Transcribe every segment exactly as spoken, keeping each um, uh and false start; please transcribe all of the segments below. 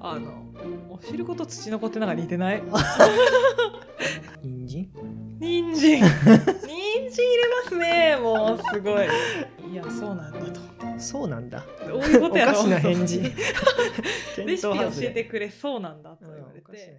あのお汁粉と土の子ってなんか似てない？ 人参人参人参入れますね。もうすごい。いやそうなんだと。 そうなんだ。 どういうことやろ。 おかしな返事。 レシピ教えてくれ。そうなんだと言われて。 うん、おかしな返事ですね。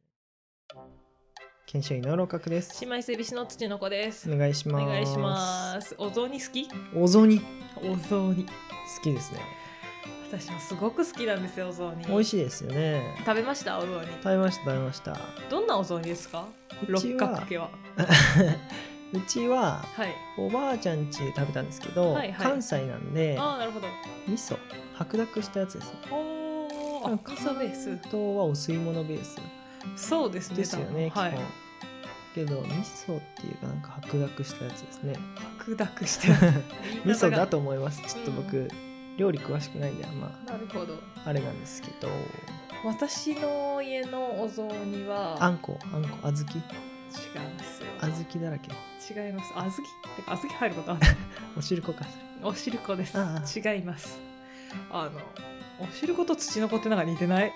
研修医の六角です。 姉妹整備士の土の子です。 お願いします。 お願いします。お雑煮好き？ お雑煮お雑煮好きですね。 私もすごく好きなんですよ。お雑煮美味しいですよね。 食べました？お雑煮食べました食べました。 どんなお雑煮ですか？六角家はうちは、 はい、 おばあちゃん家で食べたんですけど、 はいはい、 関西なんで、 あーなるほど、 味噌白濁したやつですね。 おー、あ、味噌ベース。 関東はお吸い物ベースそうですね。 ですよね、基本、 はい、 けど味噌っていうかなんか白濁したやつですね。 白濁したやつ味噌だと思います。ちょっと僕、うん、料理詳しくないんで、まあ、 なるほど、 あれなんですけど、 私の家のお雑煮はあんこあんこ小豆違うんですよ。 小豆だらけ。 違います。小豆てか小豆入ることあるお汁粉か。 お汁粉です。 ああ違います。あのお汁粉と土の子ってなんか似てない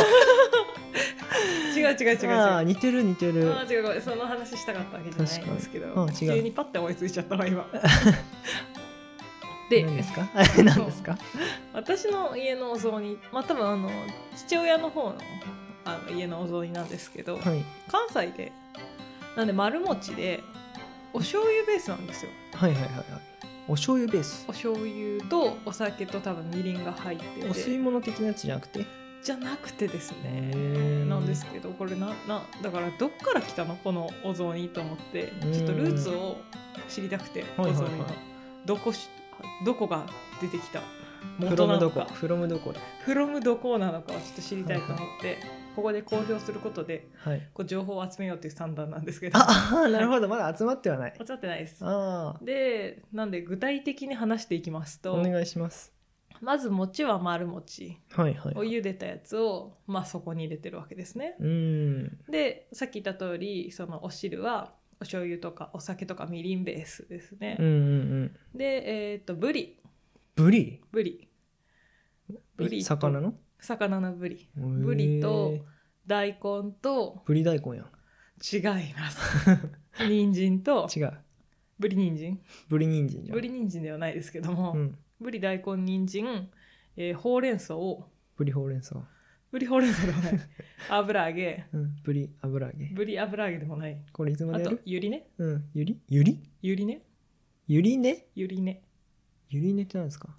違う違う違う違う。 あ似てる似てる。 あ違う、ごめん、その話したかったわけじゃないんですけど、急にパッて思いついちゃったわ今で何ですか何ですか私の家のお雑煮、まあ多分あの父親の方の、あの家のお雑煮なんですけど、 はい、 関西でなんで丸餅でお醤油ベースなんですよ。 はいはいはいはい。お醤油ベース。 お醤油とお酒と多分みりんが入ってて、 お吸い物的なやつじゃなくてじゃなくてですね、なんですけど、これななだからどっから来たのこのお雑煮と思って、ちょっとルーツを知りたくて、お雑煮の、はいはいはい、どこしどこが出てきた元なのか、 フロムどこフロムどこなのかをちょっと知りたいと思って、はいはい、ここで公表することで、 はい、 こう情報を集めようという算段なんですけど、 ああなるほど、まだ集まってはない。 集まってないです。 あで、なんで具体的に話していきますと、 お願いします。 まず餅は丸餅、 はいはいはい、 を茹でたやつを、まあ、そこに入れてるわけですね。 うんでさっき言った通り、そのお汁はお醤油とかお酒とかみりんベースですね。 うんうんうん、 で、えー、とブリブリブリブリ魚の魚のブリブリと大根とブリ大根やん。 違います人参と違うブリ人参ブリ人参じゃん。 ブリ人参ではないですけども、 うん、 ブリ大根人参、えー、ほうれん草をブリほうれん草ブリほうれん草でもない油揚げ、 うん、ブリ油揚げブリ油揚げでもない。 これいつまでやる？ あとゆりね、 うん、ゆりゆりゆりねゆりねゆりねゆりねって何ですか？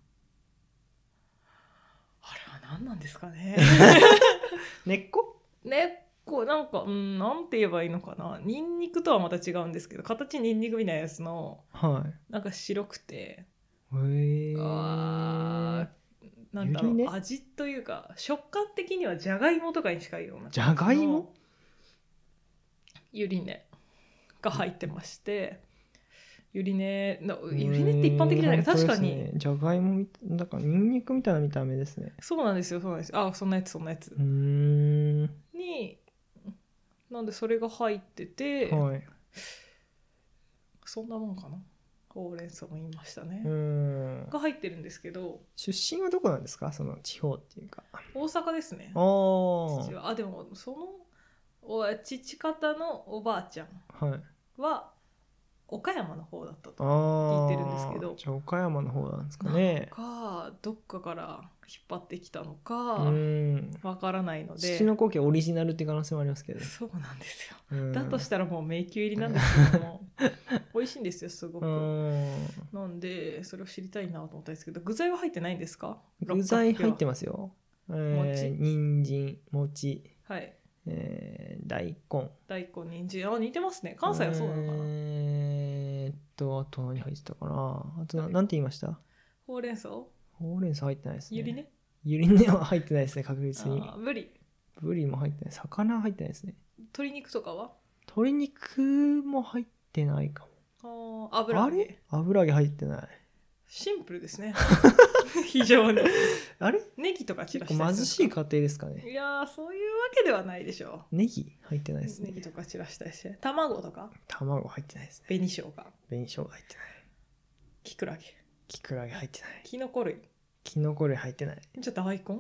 あれは何なんですかね根っこ根っこなんか、うん、なんて言えばいいのかな。ニンニクとはまた違うんですけど、形ニンニクみたいなやつの、 はい、 なんか白くて、 へえ、 あなんだろう、ね、味というか食感的にはじゃがいもとかに近いような。 じゃがいもゆりねが入ってまして、ゆりねゆりねって一般的じゃないか、確かにじゃがいもだからニンニクみたいな見た目ですね。 そうなんですよ、そうなんです。あ、そんなやつそんなやつうーんに、なんでそれが入ってて、 はい、 そんなもんかな。ほうれん草も言いましたね。 うーんが入ってるんですけど、 出身はどこなんですか？その地方っていうか。 大阪ですね。 あ父はあでもそのお父方のおばあちゃんは岡山の方だったと聞いてるんですけど、 じゃあ岡山の方なんですかね。 なんかどっかから引っ張ってきたのかわからないので、 父の故郷オリジナルって可能性もありますけど。 そうなんですよ。 うんだとしたらもう迷宮入りなんですけども美味しいんですよすごく。なんでそれを知りたいなと思ったんですけど、具材は入ってないんですか？ 具材入ってますよ。えー、人参、餅、 はい、 えー、大根大根、人参、あ似てますね。関西はそうなのかな。 えーっとあと何入ってたかな。あとな、なんて言いました？ ほうれん草？ ほうれん草入ってないですね。 ゆりねゆりねは入ってないですね、確実に。 あブリブリも入ってない。魚入ってないですね。 鶏肉とかは？ 鶏肉も入ってないかも。あ油揚げ。 あれ油揚げ入ってない。 シンプルですね非常に。 あれネギとか散らして貧しい家庭ですかね。 いやーそういうわけではないでしょう。 ネギ入ってないですね。 ネギとか散らしたりして、卵とか卵入ってないですね。 紅生姜紅生姜入ってない。 きくらげきくらげ入ってない。 きのこ類きのこ類入ってない。 じゃあ大根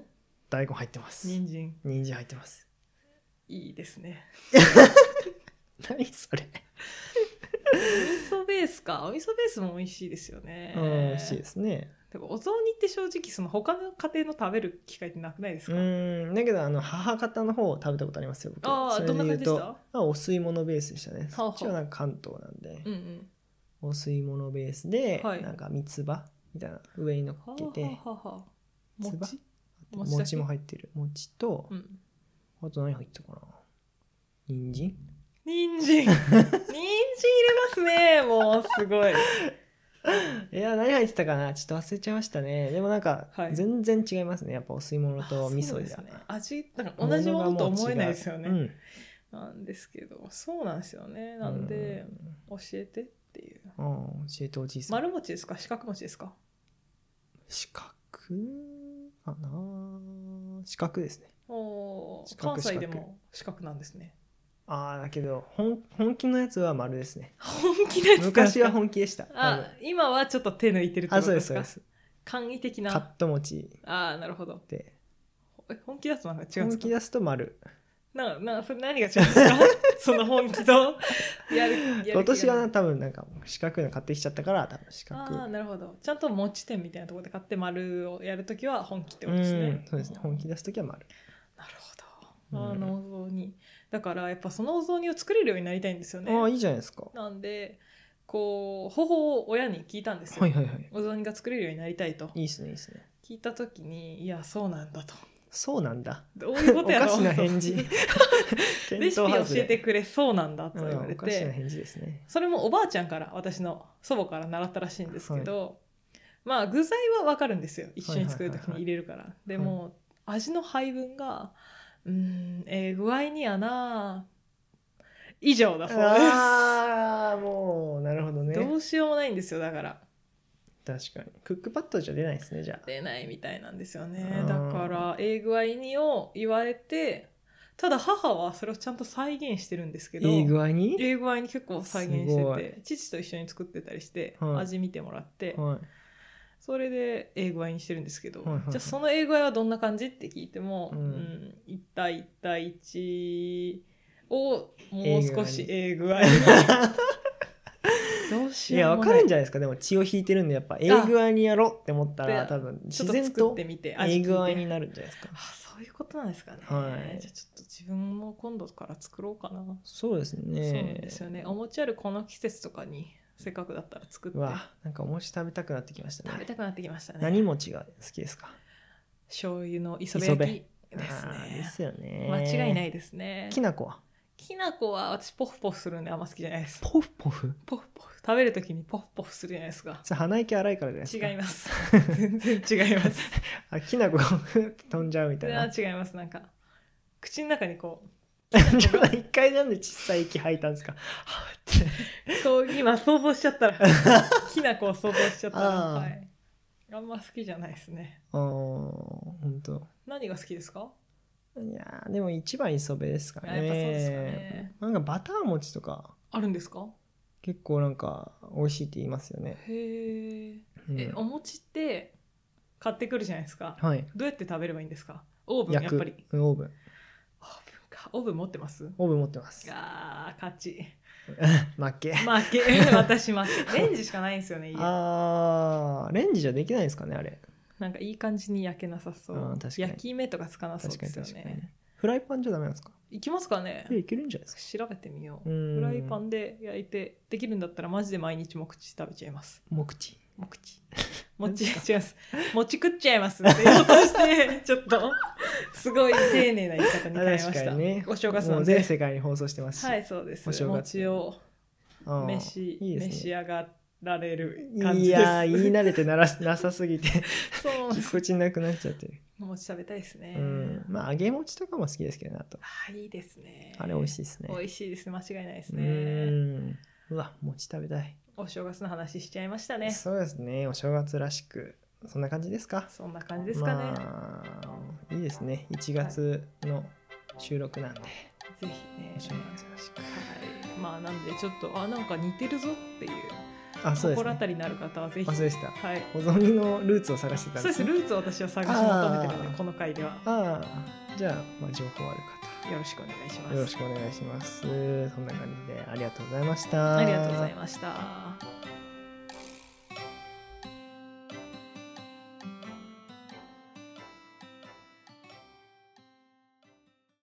大根入ってます。 人参人参入ってます。 いいですね。 何それ。 お味噌ベースか。お味噌ベースも美味しいですよね。 うん、美味しいですね。 でもお雑煮って正直その他の家庭の食べる機会ってなくないですか？ うーん、だけどあの母方の方を食べたことありますよ僕。 ああ、どんな感じでした？ あ、お吸い物ベースでしたね。 はあはあ、 そっちはなんか関東なんで、 うんうん、 お吸い物ベースで、 はい、 なんか三つ葉みたいな上に乗っけて、 はあはあはあ、餅餅餅も入ってる。餅と、うん、あと何入ってたかな。人参人参人参入れますね。もうすごい。 いや、何入ってたかな、ちょっと忘れちゃいましたね。でもなんか全然違いますね、やっぱお吸い物と味噌じゃ、ね、 味なんか同じものと思えないですよね、うん、なんですけど、そうなんですよね。なんで、うん、教えてっていう。 ああ、教えておじいさん。 丸餅ですか、四角餅ですか？ 四角かな。四角ですね。 お、関西でも四角なんですね。 ああ、だけど 本, 本気のやつは丸ですね。 本気のやつ、 昔は本気でした。 あ、今はちょっと手抜いてるってことですか？ あ、そうですそうです。 簡易的なカット餅。 ああ、なるほど。 で、 本気出すとなんか違うんですか？ 本気出すと丸。 ななそれ何が違うんですか？その本気とやるやる。 今年は多分なんか四角いの買ってきちゃったから多分四角。 ああ、なるほど。ちゃんと餅店みたいなところで買って丸をやるときは本気ってことですね。 うん、そうですね。本気出すときは丸。 なるほど。あのお雑煮、だからやっぱそのお雑煮を作れるようになりたいんですよね。 ああ、いいじゃないですか。 なんでこう方法を親に聞いたんですよ、 はいはいはい、 お雑煮が作れるようになりたいと。 いいですねいいですね。 聞いた時に、いやそうなんだと。 そうなんだ、 どういうことやろ。 おかしな返事。 レシピ教えてくれ、そうなんだと言われて、 うん、おかしな返事ですね。 それもおばあちゃんから、私の祖母から習ったらしいんですけど、はい、まあ具材は分かるんですよ、一緒に作る時に入れるから、はいはいはいはい、でも、はい、味の配分がうーん、えー、具合にはな以上だそうです。 ああ、もうなるほどね。 どうしようもないんですよ。だから確かにクックパッドじゃ出ないですね。じゃあ出ないみたいなんですよね。だからええ具合にを言われて、ただ母はそれをちゃんと再現してるんですけど、 ええ具合にええ具合に結構再現してて、父と一緒に作ってたりして、はい、味見てもらって、はい、それでええ具合にしてるんですけど、はいはいはい、じゃあそのええ具合はどんな感じって聞いても、うんうん、いち対いち対いちをもう少しええ具合にどうしようもない。いや、 分かるんじゃないですか。でも血を引いてるんで、やっぱええ具合にやろうって思ったら多分自然とええ具合になるんじゃないですか。 あ、そういうことなんですかね、 はい、 じゃあちょっと自分も今度から作ろうかな。 そうですね。 そうなんですよね。お餅あるこの季節とかにせっかくだったら作って。 うわ、なんかお餅食べたくなってきましたね。 食べたくなってきましたね。 何餅が好きですか？ 醤油の磯辺焼きですね。 ですよね。 間違いないですね。 きなこは？きな粉は私ポフポフするんであんま好きじゃないです。 ポフポフポフポフ食べるときにポフポフするじゃないですか。 それ鼻息荒いからじゃないですか。 違います。全然違います。 あ、きな粉が飛んじゃうみたいな。 違います。なんか口の中にこうちょっと一回なんで小さい息吐いたんですか？ こう今想像しちゃったらきな粉を想像しちゃったら、あ、はい、あんま好きじゃないですね。 ああ、本当。 何が好きですか？ いやでも一番磯辺ですかね。 やっぱそうですかね。 なんかバター餅とかあるんですか？ 結構なんか美味しいって言いますよね。 へえ、うん、え、お餅って買ってくるじゃないですか。はい。どうやって食べればいいんですか？オーブン、やっぱり。 オーブン。オーブンか。オーブン持ってます？ オーブン持ってます。 あー、勝ち。 負け。 負け。私負け。レンジしかないんですよね。家。 あー、レンジじゃできないんですかね、あれ。 なんかいい感じに焼けなさそう。焼き目とかつかなそうですよね。確かに確かに。 フライパンじゃダメなんですか？ いきますかね？ いけるんじゃないですか？調べてみよう。フライパンで焼いてできるんだったらマジで毎日もくち食べちゃいます。 もくちもくちもち違います。もち食っちゃいますって言おうとしてちょっとすごい丁寧な言い方に変えました。確かにね。お正月なんで全世界に放送してますし。 はい、そうです。お餅を召し、いいですね、召し上がられる感じです。いや言い慣れてならなさすぎてそう口なくなっちゃってる。 お餅食べたいですね。 うん、まあ揚げ餅とかも好きですけどね。あとあ、いいですね。 あれ美味しいですね。 美味しいです。間違いないですね。 うん、うわ、餅食べたい。 お正月の話しちゃいましたね。 そうですね。お正月らしくそんな感じですか？ そんな感じですかね。 まあ、いいですね。いちがつの収録なんで、はい、 ぜひね。 お正月らしく。 はい。まあなんでちょっとあなんか似てるぞっていう。 あ、そうですね、 心当たりのある方はぜひ。 忘れてた、 はい、 お雑煮のルーツを探してたんです、ね、 そうです。ルーツを私は探し求めてるんで、この回では。 ああ、じゃあ、まあ、情報ある方よろしくお願いします。 よろしくお願いします。そんな感じでありがとうございました。 ありがとうございました。